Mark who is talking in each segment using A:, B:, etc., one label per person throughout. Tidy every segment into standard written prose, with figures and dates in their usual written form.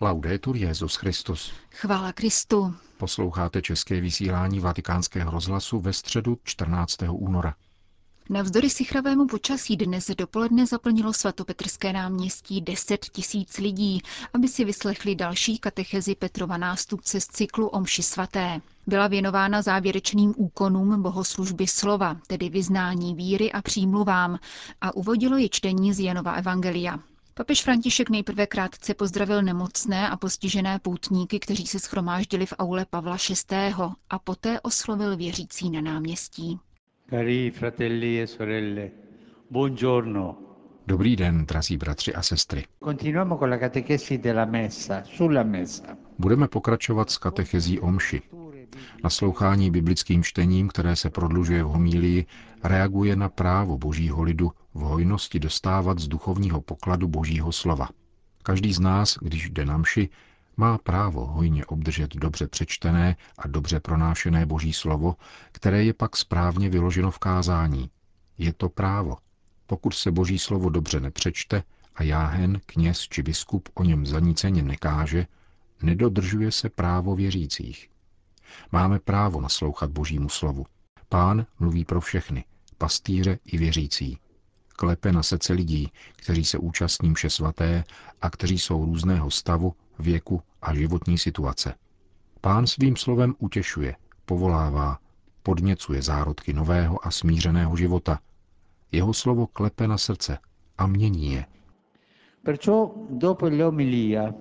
A: Laudetur Jesus Christus.
B: Chvála Kristu.
A: Posloucháte české vysílání Vatikánského rozhlasu ve středu 14. února.
B: Navzdory sichravému počasí dnes dopoledne zaplnilo svatopetrské náměstí 10 000 lidí, aby si vyslechli další katechezi Petrova nástupce z cyklu o mši svaté. Byla věnována závěrečným úkonům bohoslužby slova, tedy vyznání víry a přímluvám, a uvodilo ji čtení z Janova evangelia. Papež František nejprve krátce pozdravil nemocné a postižené poutníky, kteří se shromáždili v aule Pavla VI. A poté oslovil věřící na náměstí.
C: Cari fratelli e sorelle, buongiorno.
A: Dobrý den, drazí bratři a sestry.
C: Continuiamo con la catechesi della messa, sulla messa.
A: Budeme pokračovat s katechezí o mši. Naslouchání biblickým čtením, které se prodlužuje v homílii, reaguje na právo božího lidu v hojnosti dostávat z duchovního pokladu božího slova. Každý z nás, když jde na mši, má právo hojně obdržet dobře přečtené a dobře pronášené boží slovo, které je pak správně vyloženo v kázání. Je to právo. Pokud se boží slovo dobře nepřečte a jáhen, kněz či biskup o něm zaníceně nekáže, nedodržuje se právo věřících. Máme právo naslouchat božímu slovu. Pán mluví pro všechny, pastýře i věřící. Klepe na srdce lidí, kteří se účastní mše svaté a kteří jsou různého stavu, věku a životní situace. Pán svým slovem utěšuje, povolává, podněcuje zárodky nového a smířeného života. Jeho slovo klepe na srdce a mění je.
C: Perciò dopo l'omelia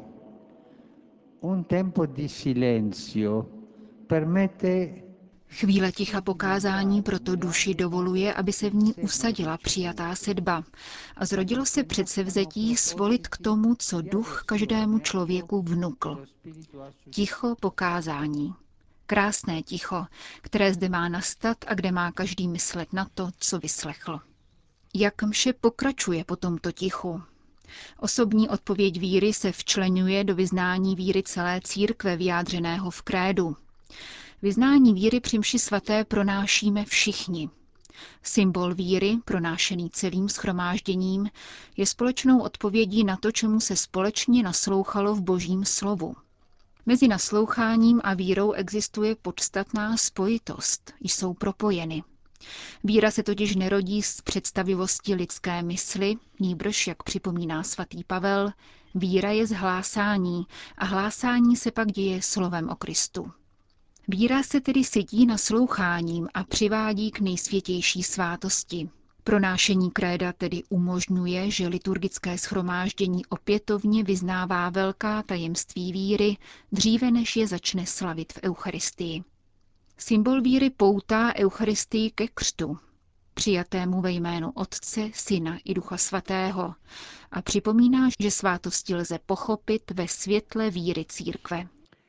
C: un tempo di silenzio permette.
B: Chvíle ticha pokázání proto duši dovoluje, aby se v ní usadila přijatá sedba a zrodilo se předsevzetí svolit k tomu, co duch každému člověku vnukl. Ticho pokázání. Krásné ticho, které zde má nastat a kde má každý myslet na to, co vyslechl. Jak mše pokračuje po tomto tichu? Osobní odpověď víry se včleňuje do vyznání víry celé církve vyjádřeného v krédu. Vyznání víry při mši svaté pronášíme všichni. Symbol víry, pronášený celým shromážděním, je společnou odpovědí na to, čemu se společně naslouchalo v božím slovu. Mezi nasloucháním a vírou existuje podstatná spojitost, jsou propojeny. Víra se totiž nerodí z představivosti lidské mysli, nýbrž, jak připomíná svatý Pavel, víra je z hlásání a hlásání se pak děje slovem o Kristu. Víra se tedy sytí nasloucháním a přivádí k nejsvětější svátosti. Pronášení kréda tedy umožňuje, že liturgické shromáždění opětovně vyznává velká tajemství víry, dříve než je začne slavit v Eucharistii. Symbol víry poutá Eucharistii ke křtu, přijatému ve jménu Otce, Syna i Ducha Svatého, a připomíná, že svátosti lze pochopit ve světle víry církve.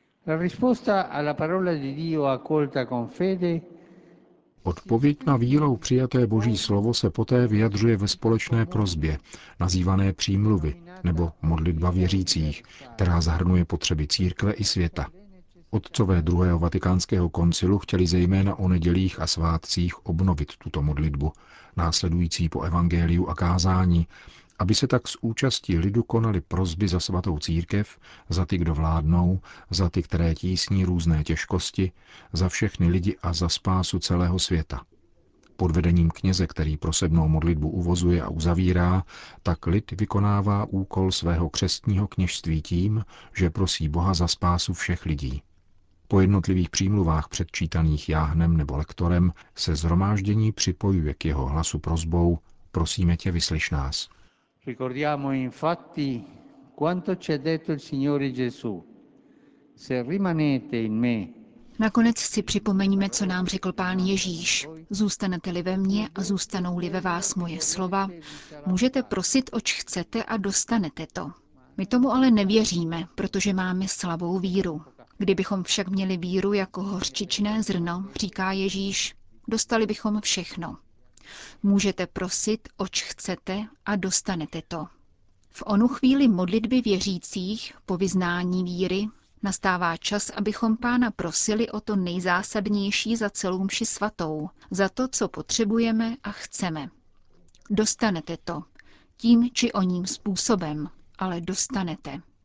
A: Odpověď na vírou přijaté boží slovo se poté vyjadřuje ve společné prosbě, nazývané přímluvy, nebo modlitba věřících, která zahrnuje potřeby církve i světa. Otcové druhého vatikánského koncilu chtěli zejména o nedělích a svátcích obnovit tuto modlitbu, následující po evangeliu a kázání, aby se tak s účastí lidu konaly prosby za svatou církev, za ty, kdo vládnou, za ty, které tísní různé těžkosti, za všechny lidi a za spásu celého světa. Pod vedením kněze, který prosebnou modlitbu uvozuje a uzavírá, tak lid vykonává úkol svého křestního kněžství tím, že prosí Boha za spásu všech lidí. Po jednotlivých přímluvách předčítaných jáhnem nebo lektorem se shromáždění připojuje k jeho hlasu prosbou: prosíme tě, vyslyš nás.
C: Ricordiamo infatti quanto ci ha detto il Signore Gesù: se rimanete in me.
B: Nakonec si připomeňme, co nám řekl Pán Ježíš. Zůstanete-li ve mně a zůstanou-li ve vás moje slova, můžete prosit, oč chcete a dostanete to. My tomu ale nevěříme, protože máme slabou víru. Kdybychom však měli víru jako hořčičné zrno, říká Ježíš, dostali bychom všechno. Můžete prosit, oč chcete a dostanete to. V onu chvíli modlitby věřících po vyznání víry nastává čas, abychom Pána prosili o to nejzásadnější za celou mši svatou, za to, co potřebujeme a chceme. Dostanete to, tím či oním způsobem, ale dostanete.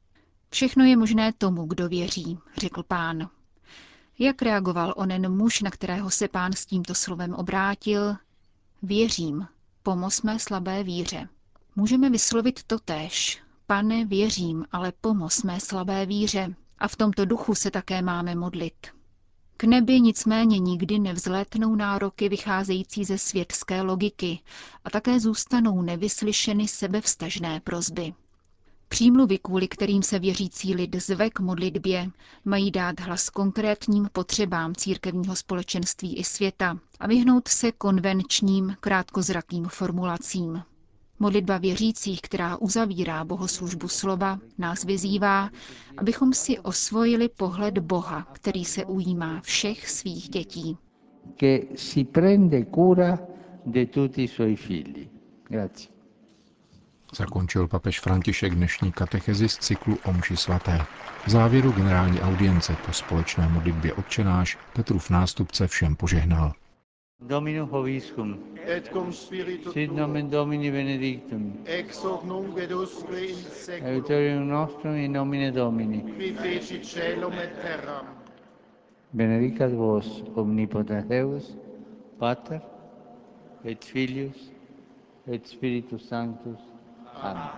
B: Všechno je možné tomu, kdo věří, řekl Pán. Jak reagoval onen muž, na kterého se Pán s tímto slovem obrátil? Věřím, pomoz mé slabé víře. Můžeme vyslovit totéž. Pane, věřím, ale pomoz mé slabé víře. A v tomto duchu se také máme modlit. K nebi nicméně nikdy nevzlétnou nároky vycházející ze světské logiky a také zůstanou nevyslyšeny sebevztažné prosby. Přímluvy, kvůli kterým se věřící lid zve k modlitbě, mají dát hlas konkrétním potřebám církevního společenství i světa a vyhnout se konvenčním, krátkozrakým formulacím. Modlitba věřících, která uzavírá bohoslužbu slova, nás vyzývá, abychom si osvojili pohled Boha, který se ujímá všech svých dětí.
C: Che si prende cura di tutti i suoi figli. Grazie.
A: Zakončil papež František dnešní katechezi z cyklu o mši svaté. V závěru generální audience po společné modlitbě Otčenáš Petrův nástupce všem požehnal.
C: Dominus vobiscum.
D: Et cum spiritu
C: Sit nomen Domini benedictum.
D: ex hoc nunc et usque in seculum,
C: Aiuterium nostrum in nomine Domini.
D: qui feci caelum et terram.
C: Benedicat vos omnipotens Deus, Pater et Filius et Spiritus Sanctus. Amen.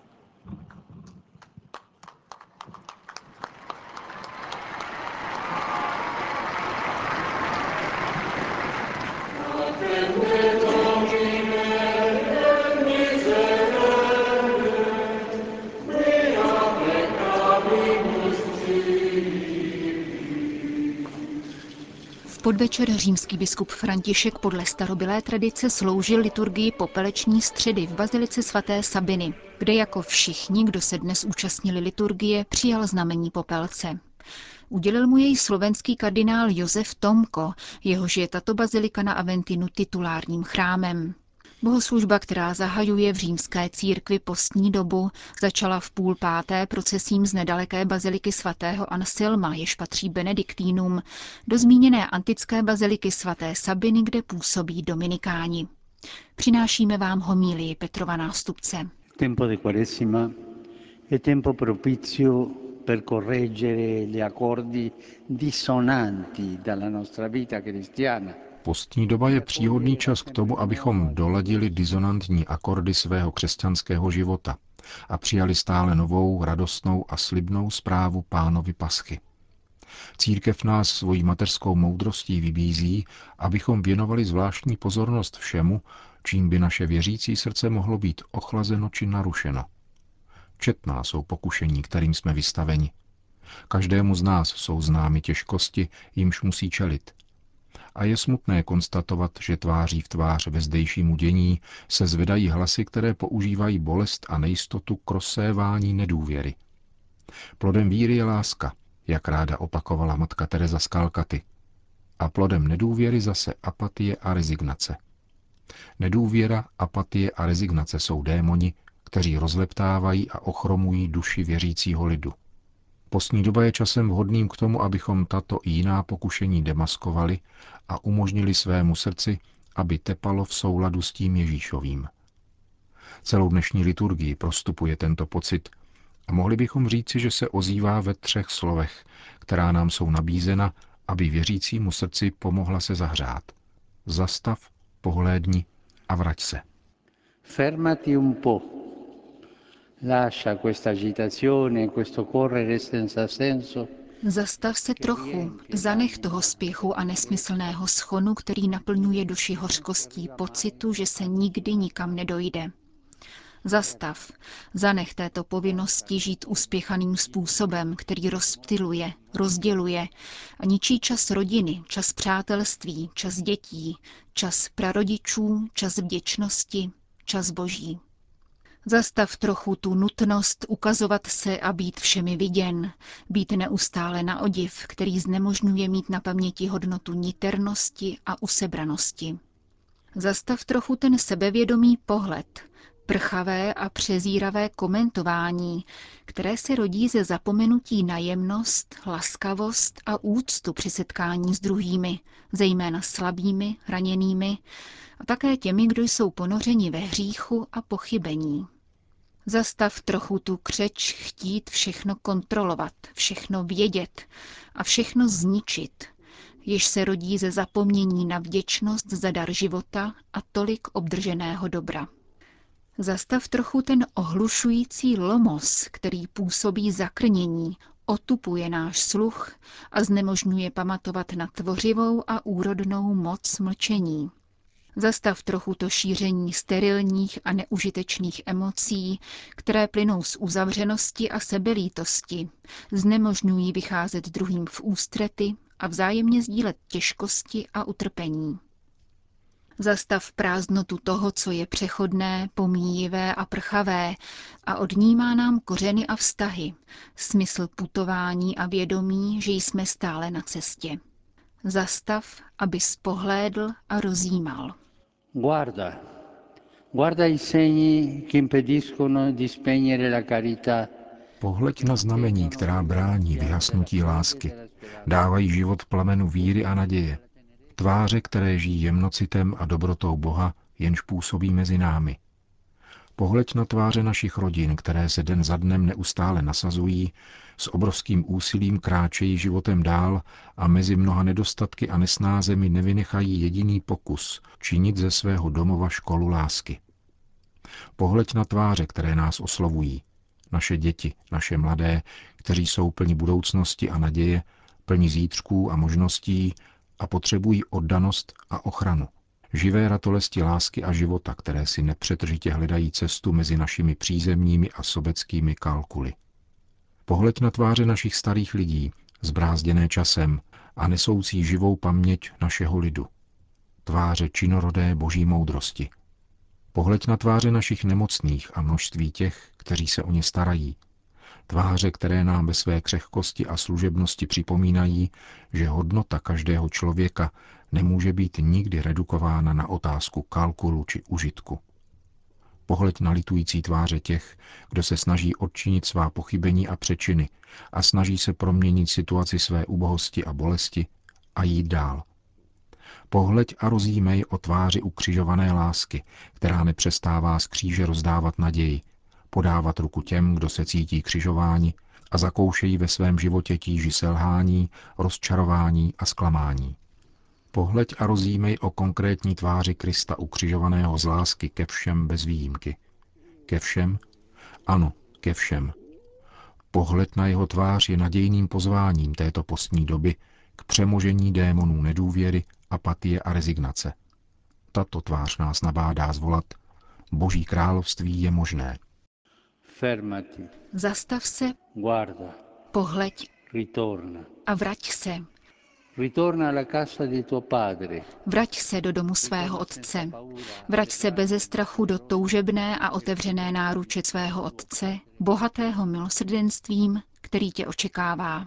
B: V podvečer římský biskup František podle starobylé tradice sloužil liturgii popeleční středy v bazilice svaté Sabiny, kde jako všichni, kdo se dnes účastnili liturgie, přijal znamení popelce. Udělil mu jej slovenský kardinál Josef Tomko, jehož je tato bazilika na Aventinu titulárním chrámem. Bohoslužba, která zahajuje v římské církvi postní dobu, začala v 4:30 procesím z nedaleké baziliky svatého Anselma, jež patří benediktínům, do zmíněné antické baziliky svaté Sabiny, kde působí dominikáni. Přinášíme vám homílii Petrova nástupce.
E: Tempo di Quaresima è tempo propizio per correggere gli accordi dissonanti dalla nostra vita cristiana.
A: Postní doba je příhodný čas k tomu, abychom doladili disonantní akordy svého křesťanského života a přijali stále novou, radostnou a slibnou zprávu Pánovy paschy. Církev nás svojí mateřskou moudrostí vybízí, abychom věnovali zvláštní pozornost všemu, čím by naše věřící srdce mohlo být ochlazeno či narušeno. Četná jsou pokušení, kterým jsme vystaveni. Každému z nás jsou známy těžkosti, jimž musí čelit. A je smutné konstatovat, že tváří v tvář ve zdejšímu dění se zvedají hlasy, které používají bolest a nejistotu k rozsévání nedůvěry. Plodem víry je láska, jak ráda opakovala matka Teresa z Kalkaty. A plodem nedůvěry zase apatie a rezignace. Nedůvěra, apatie a rezignace jsou démoni, kteří rozleptávají a ochromují duši věřícího lidu. Postní doba je časem vhodným k tomu, abychom tato i jiná pokušení demaskovali a umožnili svému srdci, aby tepalo v souladu s tím Ježíšovým. Celou dnešní liturgii prostupuje tento pocit a mohli bychom říci, že se ozývá ve 3 slovech, která nám jsou nabízena, aby věřícímu srdci pomohla se zahřát. Zastav, pohlédni a vrať se.
E: Fermati un po'. Lascia questa agitazione, questo correre senza senso.
B: Zastav se trochu, zanech toho spěchu a nesmyslného schonu, který naplňuje duši hořkostí pocitu, že se nikdy nikam nedojde. Zastav, zanech této povinnosti žít uspěchaným způsobem, který rozptyluje, rozděluje a ničí čas rodiny, čas přátelství, čas dětí, čas prarodičů, čas vděčnosti, čas Boží. Zastav trochu tu nutnost ukazovat se a být všemi viděn, být neustále na odiv, který znemožňuje mít na paměti hodnotu niternosti a usebranosti. Zastav trochu ten sebevědomý pohled, prchavé a přezíravé komentování, které se rodí ze zapomenutí na jemnost, laskavost a úctu při setkání s druhými, zejména slabými, raněnými a také těmi, kdo jsou ponořeni ve hříchu a pochybení. Zastav trochu tu křeč chtít všechno kontrolovat, všechno vědět a všechno zničit, jež se rodí ze zapomnění na vděčnost za dar života a tolik obdrženého dobra. Zastav trochu ten ohlušující lomos, který působí zakrnění, otupuje náš sluch a znemožňuje pamatovat na tvořivou a úrodnou moc mlčení. Zastav trochu to šíření sterilních a neužitečných emocí, které plynou z uzavřenosti a sebelítosti, znemožňují vycházet druhým v ústrety a vzájemně sdílet těžkosti a utrpení. Zastav prázdnotu toho, co je přechodné, pomíjivé a prchavé a odnímá nám kořeny a vztahy, smysl putování a vědomí, že jsme stále na cestě. Zastav, aby pohlédl a rozjímal.
E: Guarda i segni che impediscono di spegnere la carità.
A: Pohleď na znamení, která brání vyhasnutí lásky. Dávají život plamenu víry a naděje. Tváře, které žijí jemnocitem a dobrotou Boha, jenž působí mezi námi. Pohleď na tváře našich rodin, které se den za dnem neustále nasazují, s obrovským úsilím kráčejí životem dál a mezi mnoha nedostatky a nesnázemi nevynechají jediný pokus činit ze svého domova školu lásky. Pohleď na tváře, které nás oslovují. Naše děti, naše mladé, kteří jsou plni budoucnosti a naděje, plni zítřků a možností a potřebují oddanost a ochranu. Živé ratolesti lásky a života, které si nepřetržitě hledají cestu mezi našimi přízemními a sobeckými kalkuly. Pohleď na tváře našich starých lidí, zbrázděné časem a nesoucí živou paměť našeho lidu. Tváře činorodé boží moudrosti. Pohleď na tváře našich nemocných a množství těch, kteří se o ně starají. Tváře, které nám ve své křehkosti a služebnosti připomínají, že hodnota každého člověka nemůže být nikdy redukována na otázku kalkulu či užitku. Pohled na litující tváře těch, kdo se snaží odčinit svá pochybení a přečiny a snaží se proměnit situaci své ubohosti a bolesti a jít dál. Pohleď a rozjímej o tváři ukřižované lásky, která nepřestává z kříže rozdávat naději, podávat ruku těm, kdo se cítí křižováni a zakoušejí ve svém životě tíži selhání, rozčarování a zklamání. Pohleď a rozjímej o konkrétní tváři Krista ukřižovaného z lásky ke všem bez výjimky. Ke všem? Ano, ke všem. Pohled na jeho tvář je nadějným pozváním této postní doby k přemožení démonů nedůvěry, apatie a rezignace. Tato tvář nás nabádá zvolat: Boží království je možné.
E: Fermati.
B: Zastav se,
E: Guarda.
B: pohleď
E: Ritorna.
B: a vrať se.
E: Ritorna alla casa di tuo padre.
B: Vrať se do domu svého otce. Vrať se beze strachu do toužebné a otevřené náruče svého otce, bohatého milosrdenstvím, který tě očekává.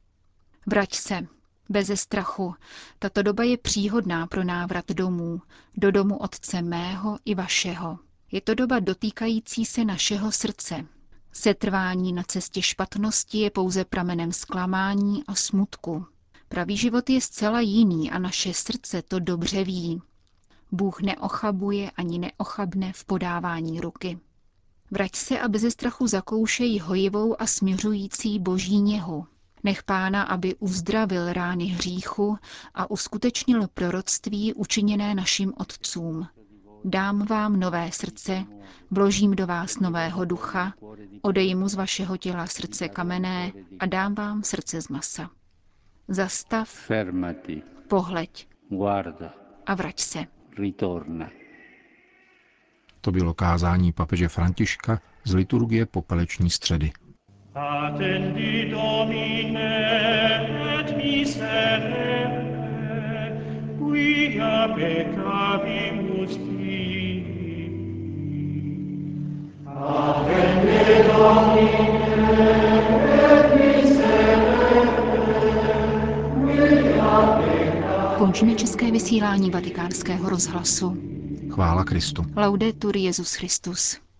B: Vrať se, beze strachu. Tato doba je příhodná pro návrat domů, do domu otce mého i vašeho. Je to doba dotýkající se našeho srdce. Setrvání na cestě špatnosti je pouze pramenem zklamání a smutku. Pravý život je zcela jiný a naše srdce to dobře ví. Bůh neochabuje ani neochabne v podávání ruky. Vrať se a beze strachu zakoušej hojivou a směřující boží něhu. Nech Pána, aby uzdravil rány hříchu a uskutečnil proroctví učiněné našim otcům. Dám vám nové srdce, vložím do vás nového ducha, odejmu z vašeho těla srdce kamenné a dám vám srdce z masa. Zastav,
E: Fermati.
B: pohleď
E: Guarda.
B: a vrať se.
E: Ritorna.
A: To bylo kázání papeže Františka z liturgie popeleční středy.
F: Attendi Domine et miserere, quia peccavimus tibi. Attendi Domine et miserere, quia peccavimus.
B: Končíme české vysílání Vatikánského rozhlasu.
A: Chvála Kristu.
B: Laudetur Jesus Christus.